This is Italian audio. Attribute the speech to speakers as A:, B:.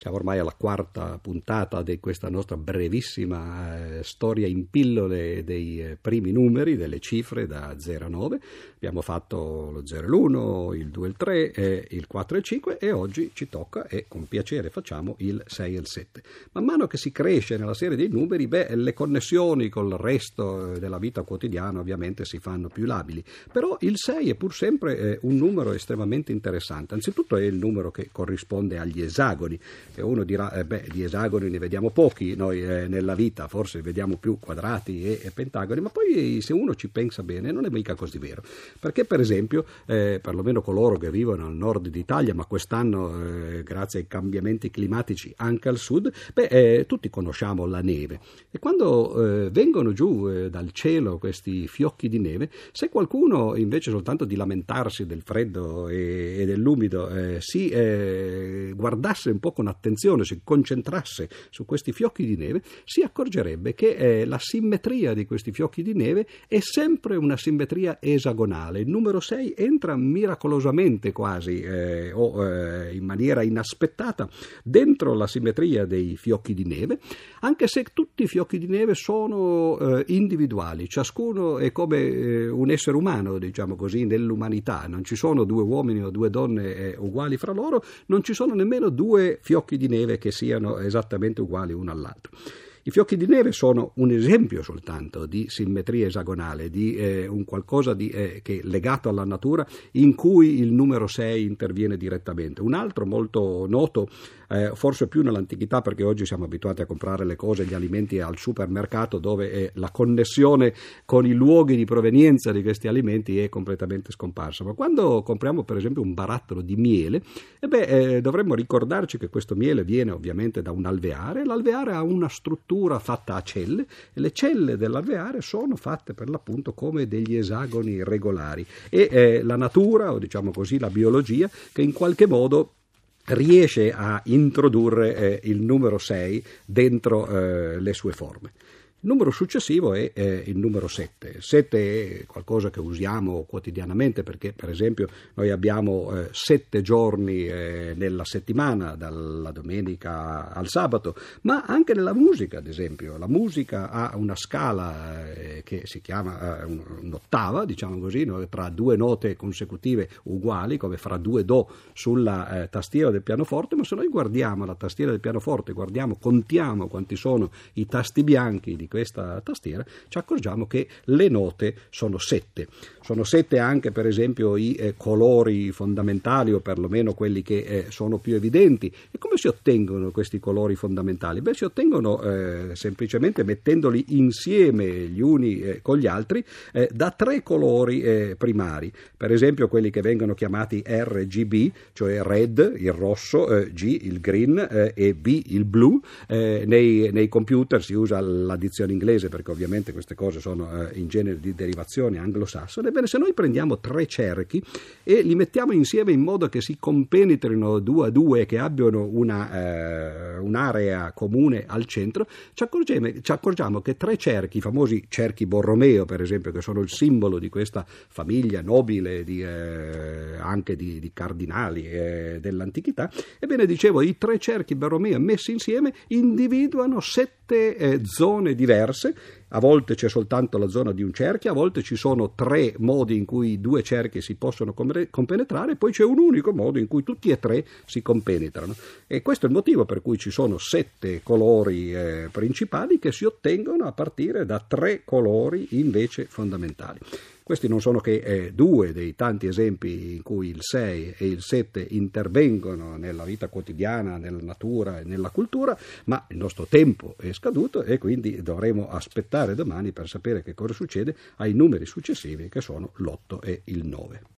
A: Siamo ormai alla quarta puntata di questa nostra brevissima storia in pillole dei primi numeri, delle cifre da 0 a 9. Abbiamo fatto lo 0 e l'1, il 2 e il 3, il 4 e il 5 e oggi ci tocca, e con piacere facciamo, il 6 e il 7. Man mano che si cresce nella serie dei numeri, le connessioni col resto della vita quotidiana ovviamente si fanno più labili. Però il 6 è pur sempre un numero estremamente interessante. Anzitutto è il numero che corrisponde agli esagoni. E uno dirà, di esagoni ne vediamo pochi noi nella vita, forse vediamo più quadrati e pentagoni, ma poi se uno ci pensa bene non è mica così vero, perché per esempio, perlomeno coloro che vivono al nord d'Italia, ma quest'anno grazie ai cambiamenti climatici anche al sud, tutti conosciamo la neve, e quando vengono giù dal cielo questi fiocchi di neve, se qualcuno invece soltanto di lamentarsi del freddo e dell'umido si guardasse un po' con attenzione, si concentrasse su questi fiocchi di neve, si accorgerebbe che la simmetria di questi fiocchi di neve è sempre una simmetria esagonale. Il numero 6 entra miracolosamente quasi in maniera inaspettata dentro la simmetria dei fiocchi di neve, anche se tutti i fiocchi di neve sono individuali, ciascuno è come un essere umano, diciamo così, nell'umanità. Non ci sono due uomini o due donne uguali fra loro, non ci sono nemmeno due fiocchi di neve che siano esattamente uguali uno all'altro. I fiocchi di neve sono un esempio soltanto di simmetria esagonale, di un qualcosa che è legato alla natura, in cui il numero 6 interviene direttamente. Un altro molto noto, forse più nell'antichità, perché oggi siamo abituati a comprare le cose, gli alimenti al supermercato, dove la connessione con i luoghi di provenienza di questi alimenti è completamente scomparsa. Ma quando compriamo per esempio un barattolo di miele, dovremmo ricordarci che questo miele viene ovviamente da un alveare. L'alveare ha una struttura fatta a celle, e le celle dell'alveare sono fatte per l'appunto come degli esagoni regolari, e la natura, o diciamo così la biologia, che in qualche modo riesce a introdurre il numero 6 dentro le sue forme. Il numero successivo è il numero 7. Il 7 è qualcosa che usiamo quotidianamente, perché per esempio noi abbiamo 7 giorni nella settimana, dalla domenica al sabato, ma anche nella musica, ad esempio. La musica ha una scala che si chiama un'ottava, diciamo così, tra due note consecutive uguali, come fra due do sulla tastiera del pianoforte, ma se noi guardiamo la tastiera del pianoforte, contiamo quanti sono i tasti bianchi di questa tastiera, ci accorgiamo che le note sono 7. Sono 7 anche per esempio i colori fondamentali, o perlomeno quelli che sono più evidenti. E come si ottengono questi colori fondamentali? Si ottengono semplicemente mettendoli insieme gli uni con gli altri da 3 colori primari. Per esempio quelli che vengono chiamati RGB, cioè red, il rosso, G, il green, e B, il blu. Nei computer si usa l'addizione inglese, perché ovviamente queste cose sono in genere di derivazione anglosassone. Ebbene, se noi prendiamo 3 cerchi e li mettiamo insieme in modo che si compenetrino 2 a 2, che abbiano un'area comune al centro, ci accorgiamo che 3 cerchi, i famosi cerchi Borromeo per esempio, che sono il simbolo di questa famiglia nobile anche di cardinali dell'antichità, ebbene dicevo, i 3 cerchi Borromeo messi insieme individuano 7 zone diverse. A volte c'è soltanto la zona di un cerchio, a volte ci sono 3 modi in cui 2 cerchi si possono compenetrare, e poi c'è un unico modo in cui tutti e 3 si compenetrano. E questo è il motivo per cui ci sono 7 colori principali che si ottengono a partire da 3 colori invece fondamentali. Questi non sono che 2 dei tanti esempi in cui il 6 e il 7 intervengono nella vita quotidiana, nella natura e nella cultura, ma il nostro tempo è scaduto e quindi dovremo aspettare domani per sapere che cosa succede ai numeri successivi, che sono l'8 e il 9.